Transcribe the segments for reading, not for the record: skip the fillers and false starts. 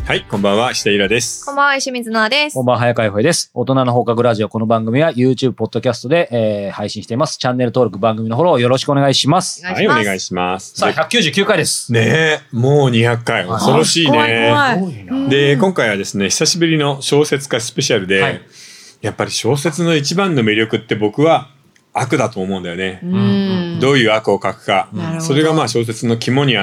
はい、こんばんは、下平です。 こんばんは、石水菜です。 こんばんは、早川洋平です。大人の放課後ラジオ、この番組は YouTube、ポッドキャストで、配信しています。チャンネル登録、番組のフォローよろしくお願いします。 はい、お願いします。 さあ、199回です。 ねえ、もう200回。恐ろしいね。 怖い。 で、今回はですね、久しぶりの小説家スペシャルで、はい、やっぱり小説の一番の魅力って僕は悪だと思うんだよね。どういう悪を書くか。それがまあ小説の肝にあって、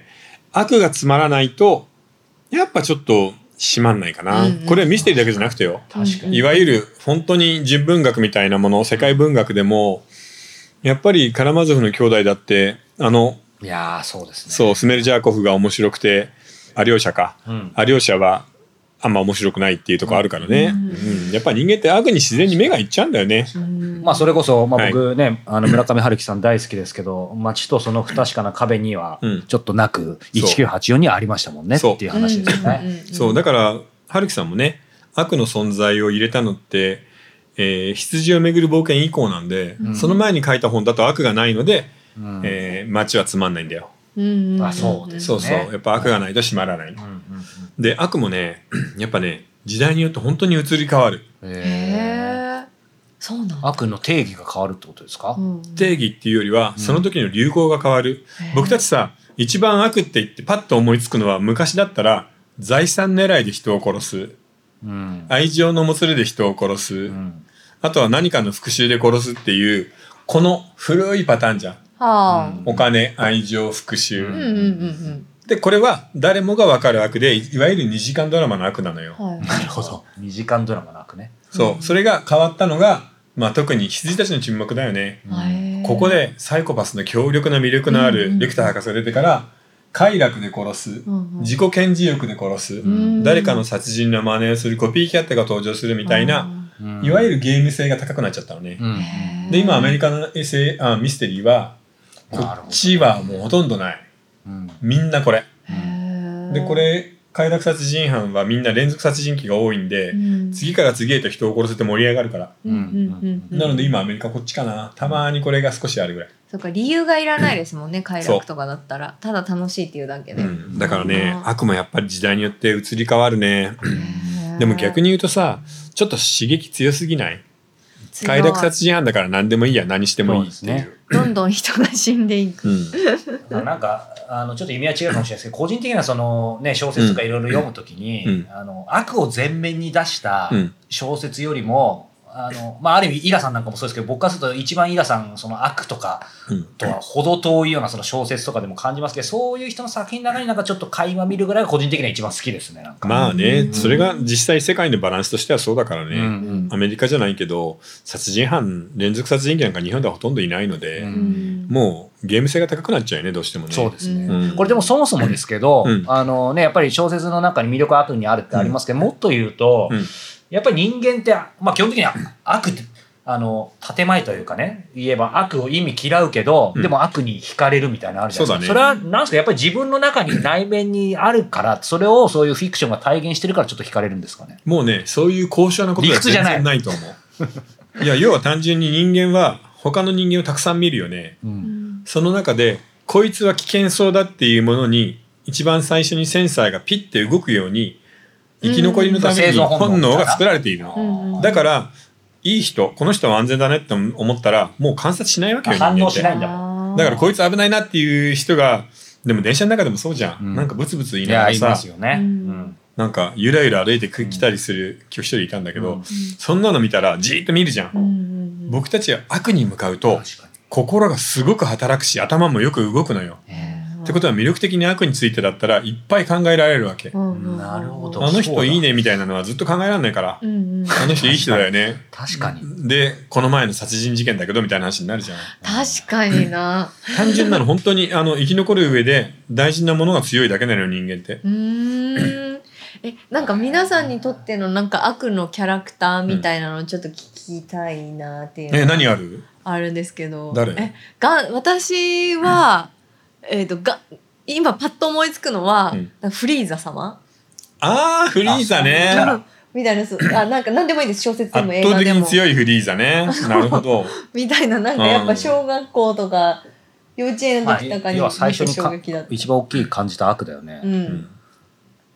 悪がつまらないと、やっぱちょっと、しまんないかな、これはミステリーだけじゃなくてよ。 確かに。 いわゆる本当に純文学みたいなもの、世界文学でも、やっぱりカラマゾフの兄弟だって、 いやー、そうですね。 そう、スメルジャーコフが面白くて、アリョーシャか。アリョーシャはあんま面白くないっていうところあるからね。やっぱり人間って悪に自然に目がいっちゃうんだよね。 まあそれこそ、まあ僕ね、村上春樹さん大好きですけど、街とその不確かな壁には、ちょっとなく、1984にはありましたもんねっていう話ですよね。 そう、だから、春樹さんもね、悪の存在を入れたのって、羊をめぐる冒険以降なんで、その前に書いた本だと悪がないので、街はつまんないんだよ。 そうですね。 そうそう、やっぱ悪がないと閉まらない。で、悪もね、やっぱね、時代によって本当に移り変わる。 そうなんだ。 悪の定義が変わるってことですか？ 定義っていうよりは、その時の流行が変わる。僕たちさ、一番悪って言ってパッと思いつくのは、昔だったら財産狙いで人を殺す、愛情のもつれで人を殺す、あとは何かの復讐で殺すっていう、この古いパターンじゃん。お金、愛情、復讐。で、これは誰もが分かる悪で、いわゆる2時間ドラマの悪なのよ。 なるほど。2時間ドラマの悪ね。 そう、それが変わったのが、まあ特に羊たちの沈黙だよね。ここでサイコパスの強力な魅力のあるレクター博士が出てから、快楽で殺す、自己顕示欲で殺す、誰かの殺人の真似をするコピーキャットが登場するみたいな、いわゆるゲーム性が高くなっちゃったのね。で、今アメリカのミステリーは、こっちはもうほとんどない。みんなこれ。で、これ、快楽殺人犯はみんな連続殺人鬼が多いんで、次から次へと人を殺せて盛り上がるから。なので今アメリカこっちかな。たまにこれが少しあるぐらい。 そうか、理由がいらないですもんね、快楽とかだったら。ただ楽しいっていうだけで。 だからね、悪もやっぱり時代によって移り変わるね。でも逆に言うとさ、ちょっと刺激強すぎない？快楽殺人犯だから何でもいいや、何してもいいっていう。 どんどん人が死んでいく。 なんかちょっと意味は違うかもしれないですけど、個人的なそのね小説とかいろいろ読むときに、悪を前面に出した小説よりも、まあある意味イラさんなんかもそうですけど、僕からすると一番イラさんその悪とかとは程遠いようなその小説とかでも感じますけど、そういう人の作品の中になんかちょっと垣間見るぐらいが個人的には一番好きですね。なんかまあね、それが実際世界のバランスとしてはそうだからね。アメリカじゃないけど殺人犯、連続殺人鬼なんか日本ではほとんどいないので、もうゲーム性が高くなっちゃうよね、どうしてもね。 そうですね。これでもそもそもですけど、ね、やっぱり小説の中に魅力悪にあるってありますけど、もっと言うと、やっぱり人間って、まあ基本的には悪って、建前というかね、言えば悪を意味嫌うけど、でも悪に惹かれるみたいなのあるじゃないですか。それはなんですか、やっぱり自分の中に内面にあるから、それをそういうフィクションが体現してるからちょっと惹かれるんですかね。 もうね、そういう高尚なことは全然ないと思う。いや、要は単純に人間は他の人間をたくさん見るよね。その中で、こいつは危険そうだっていうものに、一番最初にセンサーがピッて動くように、生き残りのために本能が作られているの。だから、いい人、この人は安全だねって思ったら、もう観察しないわけよ。 反応しないんだもん。 だからこいつ危ないなっていう人が、でも電車の中でもそうじゃん。なんかブツブツ言いながらさ、 いますよね。 なんかゆらゆら歩いてきたりする今日一人いたんだけど、そんなの見たらじーっと見るじゃん。僕たちは悪に向かうと、心がすごく働くし、頭もよく動くのよ。ってことは魅力的に悪についてだったらいっぱい考えられるわけ。 なるほど。 あの人いいねみたいなのはずっと考えられないから、あの人いい人だよね。 確かに。 で、この前の殺人事件だけどみたいな話になるじゃん。 確かにな。 単純なの、本当に生き残る上で大事なものが強いだけなのよ、人間って。 なんか皆さんにとってのなんか悪のキャラクターみたいなのをちょっと聞きたいなっていう。 何ある？ あるんですけど。 誰？ 私は、今パッと思いつくのは、フリーザ様。 ああ、フリーザね。 みたいな、なんか何でもいいです、小説でも映画でも。 圧倒的に強いフリーザね。なるほど。 みたいな、なんかやっぱ小学校とか幼稚園の時とかに要は最初に衝撃だった。 一番大きい感じた悪だよね。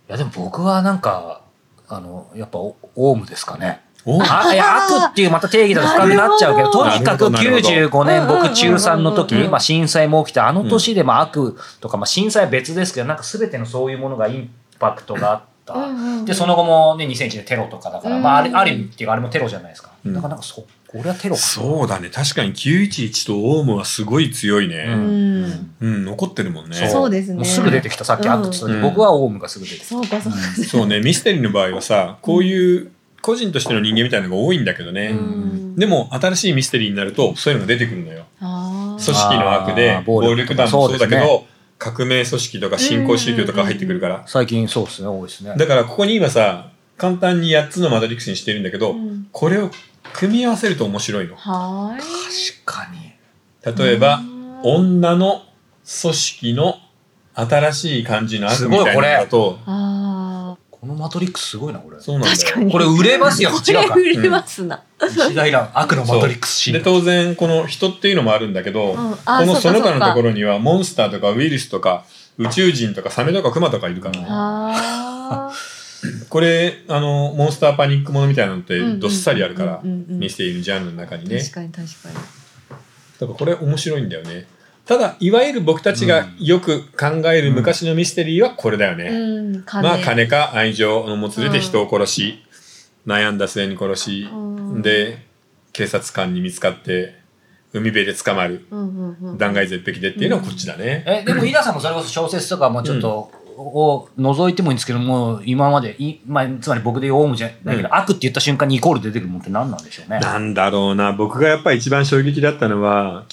やでも僕はなんかやっぱオウムですかね。いや悪っていうまた定義だと深くなっちゃうけど、とにかく95年僕中3の時、震災も起きた年で悪とか、震災は別ですけど、なんか全てのそういうものがインパクトがあった。でその後もね2001年テロとかだから、ある意味っていうかあれもテロじゃないですか。だからなんかこれはテロか。 そうだね、確かに911とオウムはすごい強いね。残ってるもんね。 そうですね。 もうすぐ出てきた。さっき悪って言った時、僕はオウムがすぐ出てきた。 そうね、ミステリーの場合はさ、こういう個人としての人間みたいなのが多いんだけどね。でも新しいミステリーになるとそういうのが出てくるのよ。組織の悪で暴力団もそうだけど、革命組織とか新興宗教とか入ってくるから。 最近そうですね、多いですね。 だからここに今さ、簡単に8つのマトリックスにしてるんだけど、これを組み合わせると面白いの。 確かに。 例えば女の組織の新しい感じの悪みたいなのだと、 このマトリックスすごいなこれ。 そうなんだよ。 これ売れますよ。違うか。 売れますな。 石平悪のマトリックス。 で当然この人っていうのもあるんだけど、このその他のところにはモンスターとかウイルスとか宇宙人とかサメとかクマとかいるからね。これモンスターパニックものみたいなのってどっさりあるからミステリーのジャンルの中にね。 確かに。 だからこれ面白いんだよね。ただいわゆる僕たちがよく考える昔のミステリーはこれだよね。金か愛情のもつれで人を殺し、悩んだ末に殺し、で警察官に見つかって海辺で捕まる、断崖絶壁でっていうのはこっちだね。 でもイラさんもそれこそ小説とかもちょっと、を除いてもいいんですけども、今までつまり僕で言うオウムじゃないけど、悪って言った瞬間にイコール出てくるものって何なんでしょうね。 なんだろうな、僕がやっぱり一番衝撃だったのは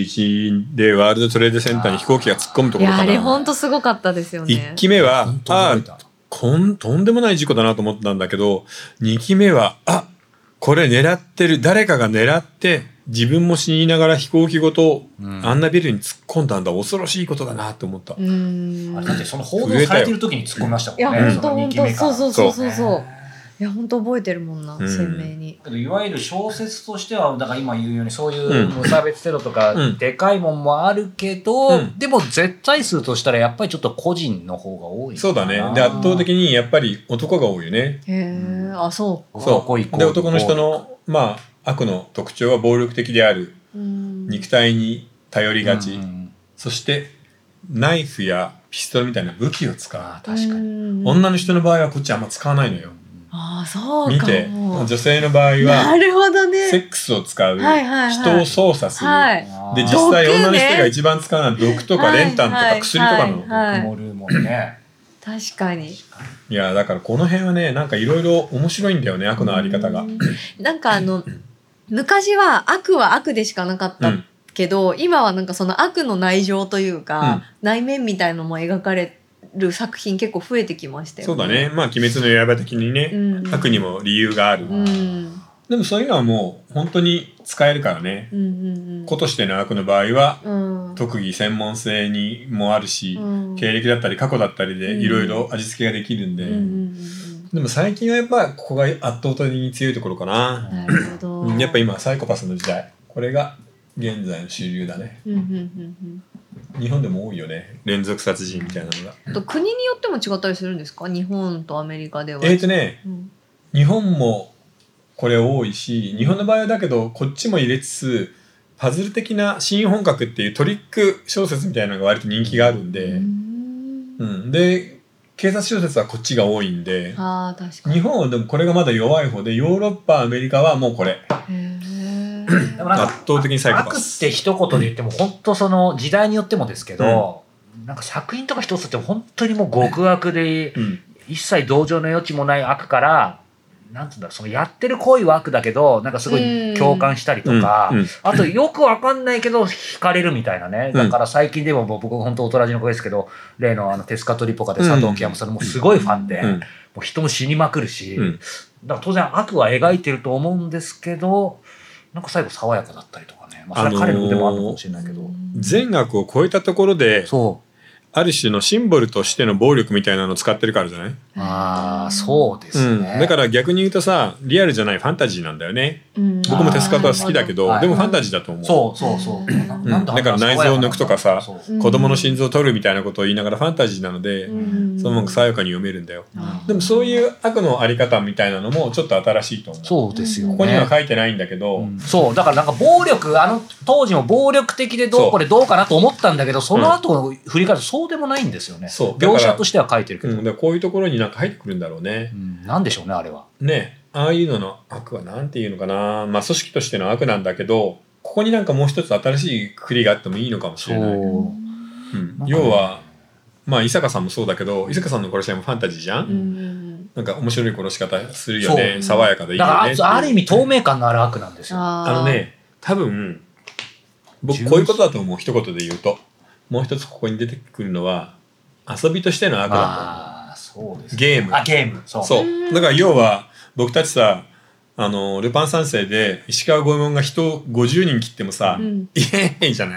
911でワールドトレードセンターに飛行機が突っ込むところかな。 いやあれ本当すごかったですよね。 1機目はとんでもない事故だなと思ったんだけど、2機目はこれ狙ってる、誰かが狙って自分も死にながら飛行機ごとあんなビルに突っ込んだんだ、恐ろしいことだなと思った。 あれだってその報道されてる時に突っ込みましたもんね。 いや本当そういや本当覚えてるもんな、鮮明に。 いわゆる小説としてはだから今言うようにそういう無差別テロとかでかいもんもあるけど、でも絶対数としたらやっぱりちょっと個人の方が多い。 そうだね。で圧倒的にやっぱり男が多いよね。 そうで男の人の悪の特徴は暴力的である、肉体に頼りがち、そしてナイフやピストルみたいな武器を使う。 確かに。 女の人の場合はこっちあんま使わないのよ。 そうか。 見て、女性の場合はなるほどね、 セックスを使う、人を操作する、で実際女の人が一番使うのは毒とか練炭とか薬とかの。 毒もルーもね。 確かに。 いやだからこの辺はね、なんかいろいろ面白いんだよね、悪のあり方が。 なんか昔は悪でしかなかったけど、今はなんかその悪の内情というか、内面みたいのも描かれる作品結構増えてきましたよね。 そうだね。鬼滅の刃的にね、悪にも理由がある。でもそういうのはもう本当に使えるからね。子としての悪の場合は、特技専門性にもあるし、経歴だったり過去だったりでいろいろ味付けができるんで。でも最近はやっぱここが圧倒的に強いところかな。 なるほど。 やっぱ今サイコパスの時代、これが現在の主流だね。日本でも多いよね、連続殺人みたいなのが。 国によっても違ったりするんですか、日本とアメリカでは。 日本もこれ多いし、日本の場合はだけどこっちも入れつつ、パズル的な新本格っていうトリック小説みたいなのが割と人気があるんで、で警察小説はこっちが多いんで、 確かに。 日本はでもこれがまだ弱い方で、ヨーロッパアメリカはもうこれでもなんか圧倒的にサイコパス。 悪って一言で言っても本当その時代によってもですけど、なんか作品とか一つって本当にもう極悪で、一切同情の余地もない悪から、なんていうんだろう、そのやってる行為は悪だけどなんかすごい共感したりとか、あとよくわかんないけど惹かれるみたいなね。だから最近でも僕本当大人じの子ですけど、例のテスカトリポカで佐藤清それもすごいファンで、もう人も死にまくるし、だから当然悪は描いてると思うんですけど、なんか最後爽やかだったりとかね。それは彼の腕もあるのかもしれないけど、 善悪を超えたところである種のシンボルとしての暴力みたいなのを使ってるからじゃない？ ああ、そうですね、 だから逆に言うとさ、リアルじゃないファンタジーなんだよね。僕もテスカートは好きだけど、でもファンタジーだと思う。だから内臓を抜くとかさ、子供の心臓を取るみたいなことを言いながらファンタジーなので、そのまま爽やかに読めるんだよ。でもそういう悪のあり方みたいなのもちょっと新しいと思う。 そうですよね。 ここには書いてないんだけど、 そうだからなんか暴力、当時も暴力的でこれどうかなと思ったんだけど、その後振り返るとそうでもないんですよね。描写としては書いてるけど、 こういうところになんか入ってくるんだろうね。 なんでしょうね、あれは。 ね、ああいうのの悪はなんていうのかな、まあ組織としての悪なんだけど、ここになんかもう一つ新しいくりがあってもいいのかもしれない。要はまあ伊坂さんもそうだけど、伊坂さんの殺し合いもファンタジーじゃん。なんか面白い殺し方するよね。爽やかでいいよね。 だからある意味透明感のある悪なんですよ。 多分僕こういうことだと思う。一言で言うと、もう一つここに出てくるのは遊びとしての悪だと思う。そうですね。ゲーム。そう。だから要は僕たちさ、ルパン三世で石川五右衛門が人を50人切ってもさ、イエーイじゃない。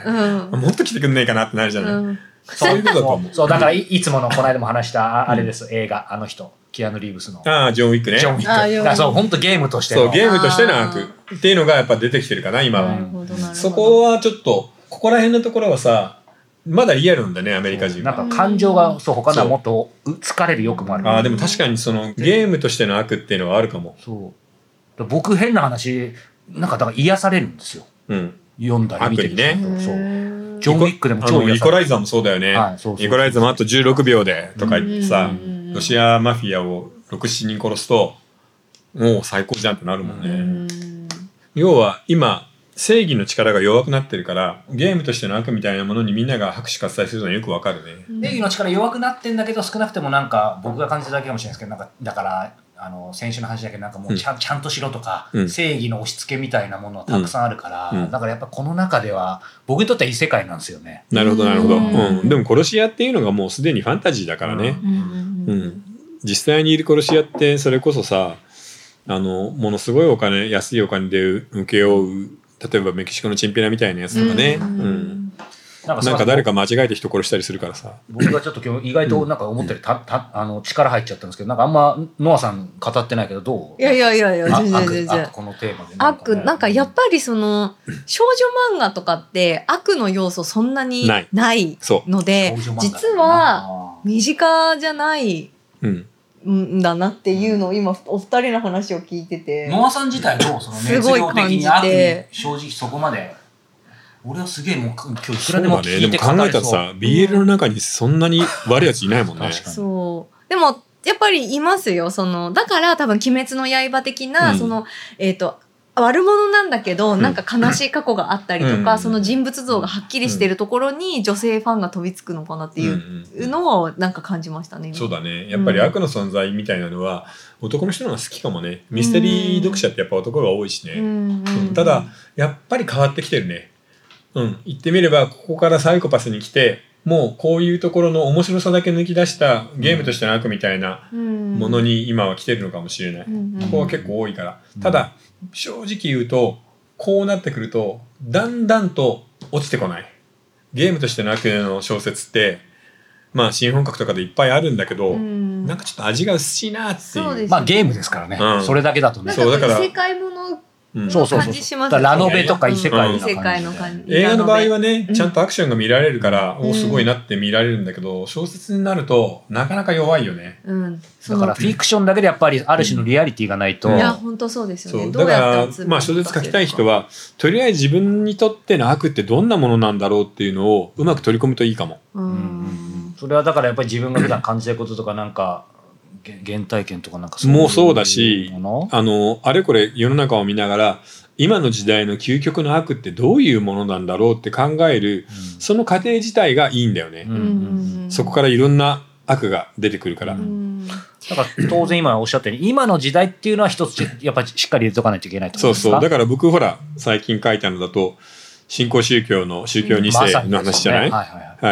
もっと来てくんねえかなってなるじゃない。そういうことだと思う。 そうだからいつものこの間も話したあれです。映画キアヌ・リーブスの。 ジョン・ウィックね。 ジョン・ウィック。そう本当ゲームとしての。 そうゲームとしての悪っていうのがやっぱ出てきてるかな今は。そこはちょっとここら辺のところはさ、まだリアルなんだねアメリカ人は。 なんか感情が他のはもっと疲れる欲もある。 でも確かにそのゲームとしての悪っていうのはあるかも。 そう僕変な話なんかだから癒されるんですよ。読んだり見てるね。ジョン・ウィックでも超イコライザーもそうだよね。イコライザーもあと16秒でとか言ってさ、ロシアマフィアを6、7人殺すともう最高じゃんってなるもんね。要は今正義の力が弱くなってるからゲームとしての悪みたいなものにみんなが拍手喝采するのはよくわかるね。 正義の力弱くなってんだけど少なくてもなんか僕が感じただけかもしれないですけど、なんかだから先週の話だけどなんかもうちゃんとしろとか、正義の押し付けみたいなものはたくさんあるから、だからやっぱこの中では僕にとってはいい世界なんですよね。 なるほどなるほど。でも殺し屋っていうのがもうすでにファンタジーだからね。実際にいる殺し屋ってそれこそさ、ものすごい安いお金で請け負う、例えばメキシコのチンピラみたいなやつとかね。なんか誰か間違えて人殺したりするからさ。 僕がちょっと今日意外となんか思ったより力入っちゃったんですけど、なんかあんまノアさん語ってないけどどう？ いや全然このテーマで悪なんかやっぱりその少女漫画とかって悪の要素そんなにないので、実は身近じゃないんだなっていうのを今お二人の話を聞いてて、 ノアさん自体どうその熱量的に悪に正直そこまで。俺はすげえもう今日いくらでも聞いて考えたらさ BL の中にそそんなに悪いやついないもんね。 そうでもやっぱりいますよ。だから多分鬼滅の刃的な悪者なんだけどなんか悲しい過去があったりとか、その人物像がはっきりしてるところに女性ファンが飛びつくのかなっていうのをなんか感じましたね。 そうだね。やっぱり悪の存在みたいなのは男の人の方が好きかもね。ミステリー読者ってやっぱ男が多いしね。ただやっぱり変わってきてるね。言ってみればここからサイコパスに来て、もうこういうところの面白さだけ抜き出したゲームとしての悪みたいなものに今は来てるのかもしれない。ここは結構多いから。ただ正直言うとこうなってくるとだんだんと落ちてこない。ゲームとしての悪の小説ってまあ新本格とかでいっぱいあるんだけど、なんかちょっと味が薄いなっていう。 まあゲームですからね。それだけだとね。 そうだから異世界もの感じしますね。 ラノベとか異世界の感じ。 映画の場合はね、ちゃんとアクションが見られるから、すごいなって見られるんだけど、小説になるとなかなか弱いよね。 だからフィクションだけでやっぱりある種のリアリティがないと。 いや本当そうですよね。 だからまあ小説書きたい人はとりあえず自分にとっての悪ってどんなものなんだろうっていうのをうまく取り込むといいかも。 それはだからやっぱり自分が普段感じたいこととかなんか。原体験とかなんかもうそうだし、あれこれ世の中を見ながら今の時代の究極の悪ってどういうものなんだろうって考える、その過程自体がいいんだよね。そこからいろんな悪が出てくるから。だから当然今おっしゃったように今の時代っていうのは一つやっぱりしっかり入れとかないといけないと思いますか。 そうだから僕ほら最近書いたのだと新興宗教の宗教2世の話じゃない、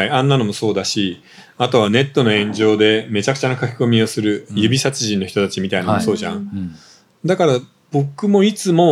あんなのもそうだし、あとはネットの炎上でめちゃくちゃな書き込みをする指殺人の人たちみたいなのもそうじゃん。だから僕もいつも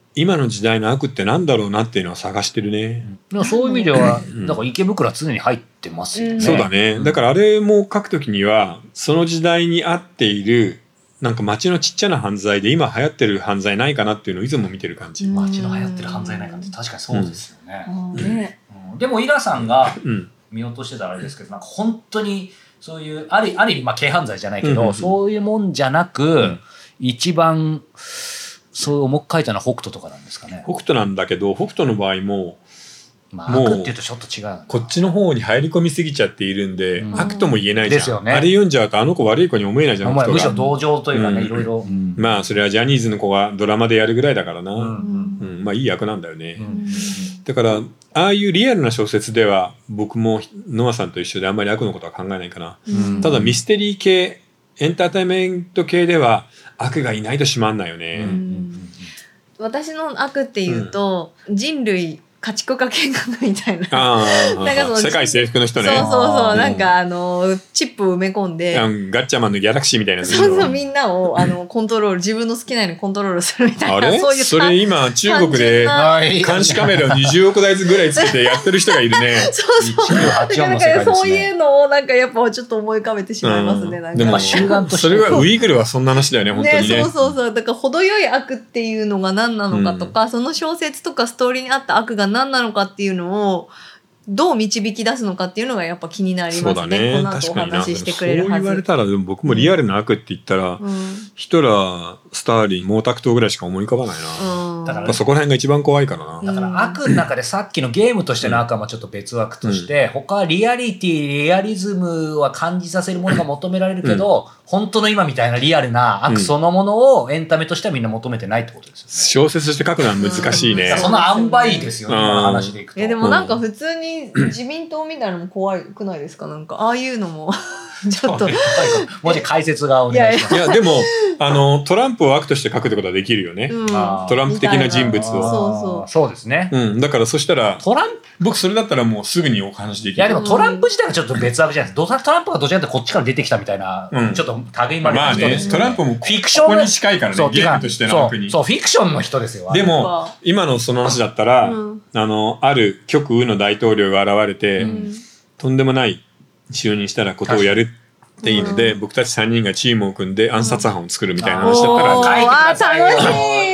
今の時代の悪ってなんだろうなっていうのを探してるね。 そういう意味では、だから池袋は常に入ってますよね。 そうだね。だからあれも書くときには、その時代に合っている、なんか街のちっちゃな犯罪で今流行ってる犯罪ないかなっていうのをいつも見てる感じ。 街の流行ってる犯罪ないかって確かにそうですよね。でもイラさんが見落としてたらあれですけど、なんか本当にそういうある意味軽犯罪じゃないけど、そういうもんじゃなく、一番そう重く書いたのは北斗とかなんですかね。 北斗なんだけど、北斗の場合も悪っていうとちょっと違う。 こっちの方に入り込みすぎちゃっているんで、悪とも言えないじゃん。 ですよね。 あれ読んじゃうとあの子悪い子に思えないじゃん。 むしろ同情というかね、いろいろ。 まあそれはジャニーズの子がドラマでやるぐらいだからな。まあいい役なんだよね。だからああいうリアルな小説では僕もノアさんと一緒であんまり悪のことは考えないかな。ただミステリー系、エンターテインメント系では悪がいないとしまんないよね。 私の悪っていうと、人類家畜化見学みたいな。 世界征服の人ね。 そうなんかチップを埋め込んで、 ガッチャマンのギャラクシーみたいな。 そうみんなをコントロール、自分の好きなようにコントロールするみたいな。 あれそういうそれ今中国で監視カメラを20億台ぐらいつけてやってる人がいるね。 そういうのをなんかやっぱちょっと思い浮かべてしまいますね。なんかでも集団としてそれはウイグルはそんな話だよね、本当にね。 そうだから程よい悪っていうのが何なのかとか、その小説とかストーリーにあった悪が何なのかっていうのをどう導き出すのかっていうのがやっぱ気になりますね。 そうだね。 この後お話ししてくれるはず。 そう言われたらでも僕もリアルな悪って言ったら、ヒトラー、スターリン、毛沢東ぐらいしか思い浮かばないな。だからそこら辺が一番怖いからな。 だから悪の中でさっきのゲームとしての悪はちょっと別悪として、他はリアリティ、リアリズムは感じさせるものが求められるけど、本当の今みたいなリアルな悪そのものをエンタメとしてはみんな求めてないってことですよね。 小説として書くのは難しいね。 その塩梅ですよね、今の話でいくと。 でもなんか普通に自民党みたいなのも怖くないですか？なんかああいうのもちょっともし解説がお願いします。 いやでもトランプを悪として書くってことはできるよね。トランプ的な人物を。そうですね。 だからそしたら僕それだったらもうすぐにお話できる。 いやでもトランプ自体はちょっと別悪じゃないですか。トランプがどちらかというとこっちから出てきたみたいな、ちょっと類まれな人ですよね。 トランプもフィクションここに近いからね、ゲームとしての悪に。 そうフィクションの人ですよ。 でも今のその話だったら、ある極右の大統領が現れて、とんでもない就任したらことをやるっていいので、僕たち3人がチームを組んで暗殺犯を作るみたいな話だったら書いてくださいよ。楽し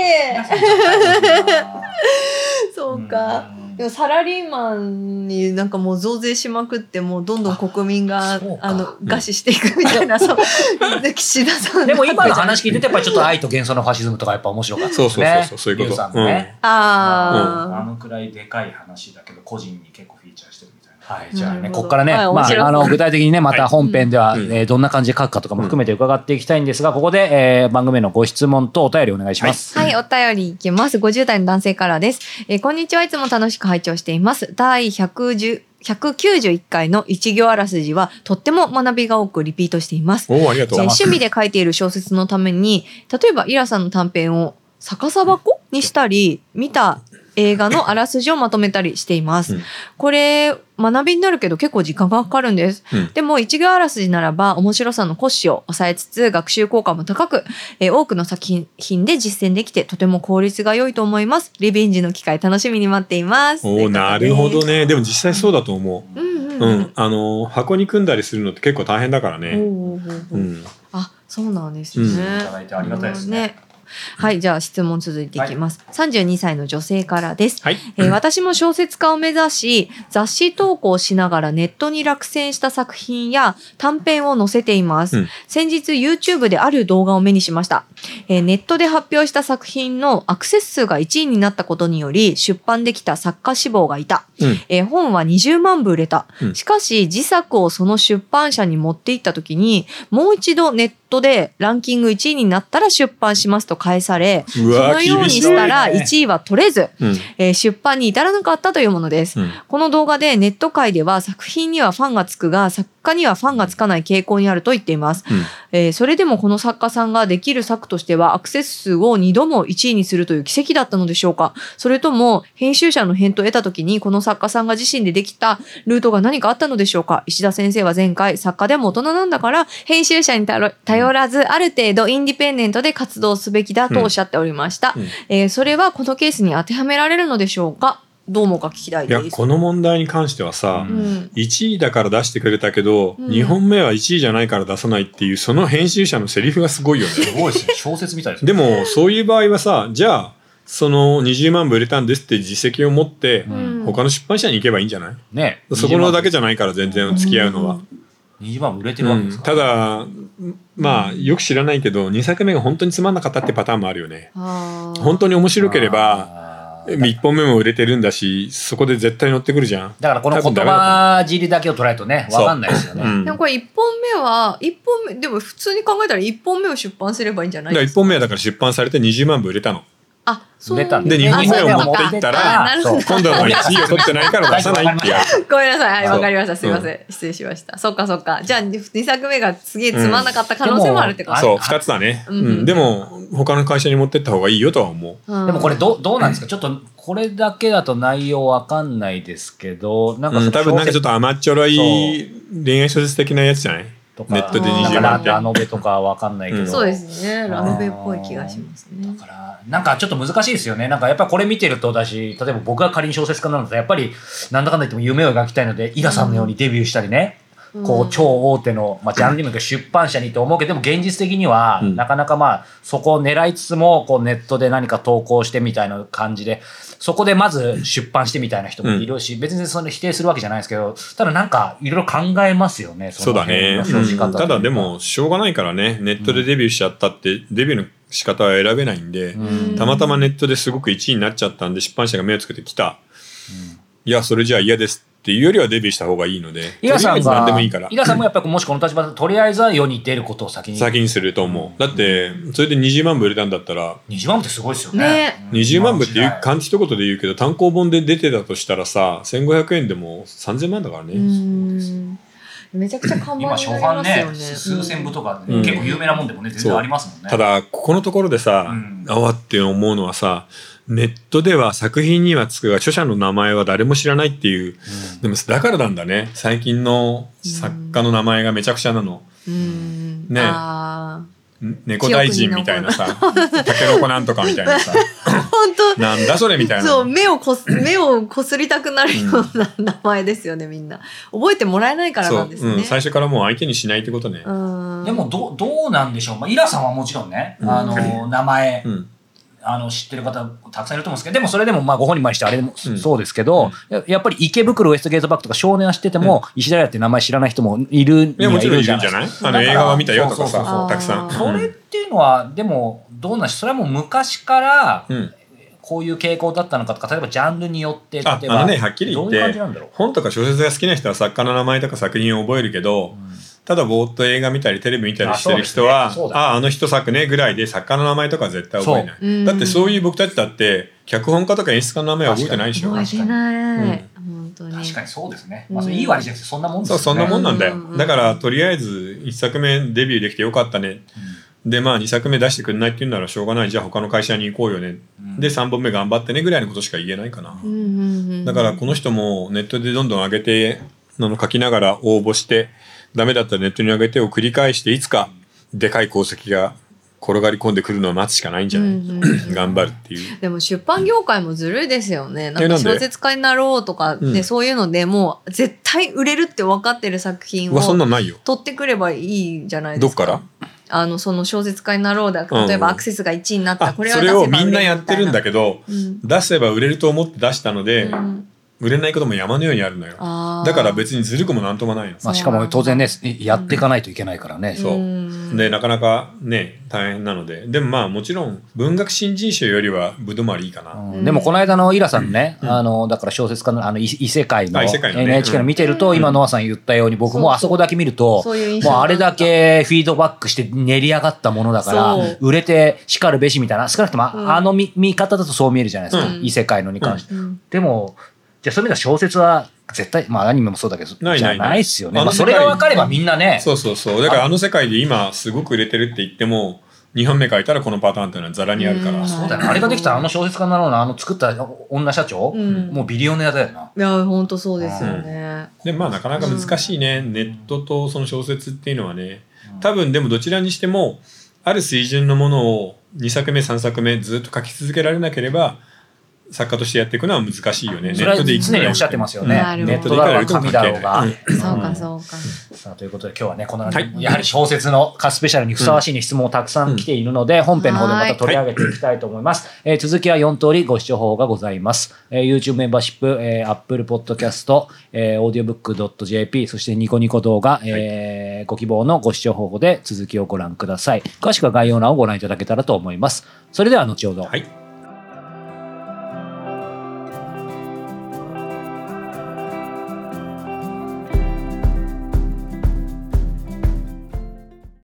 い。そうか。でもサラリーマンになんかもう増税しまくってもうどんどん国民が餓死していくみたいな、そう岸田さん。 でも今の話聞いててやっぱりちょっと愛と幻想のファシズムとかやっぱ面白かったですね。 そういうこと。 あのくらいでかい話だけど個人に結構フィーチャーしてるみたいな。はい、じゃあね、ここからね、具体的にね、また本編では、どんな感じで書くかとかも含めて伺っていきたいんですが、ここで、番組へのご質問とお便りお願いします。 はい、お便りいきます。50代の男性からです。こんにちは、いつも楽しく拝聴しています。第191回の一行あらすじはとっても学びが多くリピートしています。 ありがとう。 趣味で書いている小説のために、例えばイラさんの短編を逆さ箱にしたり、見た映画のあらすじをまとめたりしています。これ学びになるけど結構時間がかかるんです。でも一行あらすじならば面白さの骨子を抑えつつ学習効果も高く、多くの作品で実践できてとても効率が良いと思います。リベンジの機会楽しみに待っています。 なるほどね。でも実際そうだと思う。箱に組んだりするのって結構大変だからね。 あ、そうなんですね。 いただいてありがたいですね。 はい、じゃあ質問続いていきます。32歳の女性からです。私も小説家を目指し、雑誌投稿しながらネットに落選した作品や短編を載せています。先日 YouTube である動画を目にしました。ネットで発表した作品のアクセス数が1位になったことにより出版できた作家志望がいた。本は20万部売れた。しかし自作をその出版社に持って行った時に、もう一度ネットでランキング1位になったら出版しますと返され、そのようにしたら1位は取れず、出版に至らなかったというものです。この動画でネット界では作品にはファンがつくが作家にはファンがつかない傾向にあると言っています。それでもこの作家さんができる策としてはアクセス数を2度も1位にするという奇跡だったのでしょうか。それとも編集者の返答を得た時にこの作家さんが自身でできたルートが何かあったのでしょうか。石田先生は前回作家でも大人なんだから編集者に頼らずある程度インディペンデントで活動すべきだとおっしゃっておりました。それはこのケースに当てはめられるのでしょうか。どうもか聞きたいです。 いやこの問題に関してはさ、1位だから出してくれたけど、2本目は1位じゃないから出さないっていうその編集者のセリフがすごいよね。 すごいですね。小説みたいですね。 でもそういう場合はさ、じゃあその20万部売れたんですって実績を持って、他の出版社に行けばいいんじゃない？ ね。 そこのだけじゃないから全然付き合うのは。 20万売れてるわけですか、 ただまあよく知らないけど2作目が本当につまんなかったってパターンもあるよね。本当に面白ければ1本目も売れてるんだし、そこで絶対乗ってくるじゃん。 だからこの言葉尻だけを捉えるとね、分かんないですよね。 でもこれ1本目でも普通に考えたら1本目を出版すればいいんじゃないですか。 1本目はだから出版されて20万部売れたの。 そうで 2本目を持っていったら今度は1位を取ってないから出さないってやる。 ごめんなさい、はい、わかりました。すいません、失礼しました。そっか。じゃあ2作目がすげえつまんなかった可能性もあるってこと。 そう2つだね。でも他の会社に持ってった方がいいよとは思う。 でもこれどうなんですか。ちょっとこれだけだと内容わかんないですけど、なんか多分なんかちょっと甘っちょろい恋愛小説的なやつじゃない。ネットで20万ってラノベとかわかんないけど、 そうですね、ラノベっぽい気がしますね。 だからなんかちょっと難しいですよね。なんかやっぱこれ見てるとだし、例えば僕が仮に小説家なのでやっぱりなんだかんだ言っても夢を描きたいので、イラさんのようにデビューしたりね、こう超大手の、ジャンルにも出版社にと思うけど、でも現実的にはなかなかそこを狙いつつもこうネットで何か投稿してみたいな感じで、そこでまず出版してみたいな人もいるし、別にその否定するわけじゃないですけど、ただなんかいろいろ考えますよね。 そうだね。ただでもしょうがないからね、ネットでデビューしちゃったってデビューの仕方は選べないんで、たまたまネットですごく1位になっちゃったんで出版社が目をつけてきた。いやそれじゃあ嫌ですっていうよりはデビューした方がいいので、 イラさん何でもいいから。 イラさんもやっぱりもしこの立場でとりあえずは世に出ることを先にすると思う。だってそれで20万部売れたんだったら、 20万部ってすごいですよね。 20万部っていう漢字一言で言うけど単行本で出てたとしたらさ、1500円でも3000万だからね。 めちゃくちゃ看板になりますよね。 今初版ね、数千部とか、結構有名なもんでもね全然ありますもんね。 ただここのところでさ、あわって思うのはさ、ネットでは作品にはつくが著者の名前は誰も知らないっていう、でもだからなんだね、最近の作家の名前がめちゃくちゃなの。ね猫大臣みたいなさ、タケノコなんとかみたいなさ本当なんだそれみたいな。 そう、目をこすりたくなるような名前ですよね。みんな覚えてもらえないからなんですね。 最初からもう相手にしないってことね。 でもどうなんでしょう。イラさんはもちろんね、名前知ってる方たくさんいると思うんですけど、でもそれでもご本人までしてあれもそうですけど、やっぱり池袋ウエストゲートパークとか少年は知ってても、石田屋って名前知らない人もいるにはいるじゃない。 映画は見たよとかさ、たくさん。 それっていうのはでもどうなんでしょう。それはもう昔からこういう傾向だったのかとか、例えばジャンルによってはっきり言って本とか小説が好きな人は作家の名前とか作品を覚えるけど、ただぼーっと映画見たりテレビ見たりしてる人は、あの人作ねぐらいで作家の名前とかは絶対覚えない。だってそういう僕たちだって脚本家とか演出家の名前は覚えてないでしょ。 覚えてない。本当に。 確かにそうですね。それいい悪いじゃなくてそんなもんですね。 そんなもんなんだよ。だからとりあえず1作目デビューできてよかったね。で2作目出してくれないって言うならしょうがない、じゃあ他の会社に行こうよね、で3本目頑張ってねぐらいのことしか言えないかな。だからこの人もネットでどんどん上げて書きながら応募してダメだったらネットに上げてを繰り返して、いつかでかい功績が転がり込んでくるのを待つしかないんじゃない、頑張るっていう。 でも出版業界もずるいですよね。なんか小説家になろうとかで、そういうのでもう絶対売れるって分かってる作品を取ってくればいいじゃないですか。 どっからその小説家になろうだ、例えばアクセスが1位になったらこれはそれをみんなやってるんだけど、出せば売れると思って出したので、売れないことも山のようにあるのよ。だから別にずるくもなんともないの。 しかも当然ね、やっていかないといけないからね。 そうでなかなかね大変なので、でももちろん文学新人賞よりはぶどまりいいかな。 でもこの間のイラさんのね、だから小説家の異世界の NHK の見てると、今ノアさん言ったように僕もあそこだけ見ると、もうあれだけフィードバックして練り上がったものだから売れてしかるべしみたいな、少なくとも見方だとそう見えるじゃないですか、異世界のに関して。でもじゃあそういう意味では小説は絶対アニメもそうだけどないじゃないっすよね。それが分かればみんなね。 そうだからあの世界で今すごく売れてるって言っても2本目書いたらこのパターンっていうのはザラにあるから。 そうだよね。あれができたら小説家だろうな、作った女社長、もうビリオネアだよな。 いや本当そうですよね。 でなかなか難しいね、ネットとその小説っていうのはね。多分でもどちらにしてもある水準のものを2作目3作目ずっと書き続けられなければ作家としてやっていくのは難しいよね。 それは常におっしゃってますよね。ネットだろうが紙だろうが。 そうかそうか。 さあということで今日はねこのやはり小説のスペシャルにふさわしい質問をたくさん来ているので本編の方でまた取り上げていきたいと思います。続きは4通りご視聴方法がございます。YouTube メンバーシップ、Apple Podcast、Audiobook.jp そしてニコニコ動画、ご希望のご視聴方法で続きをご覧ください。詳しくは概要欄をご覧いただけたらと思います。それでは後ほど。 はい。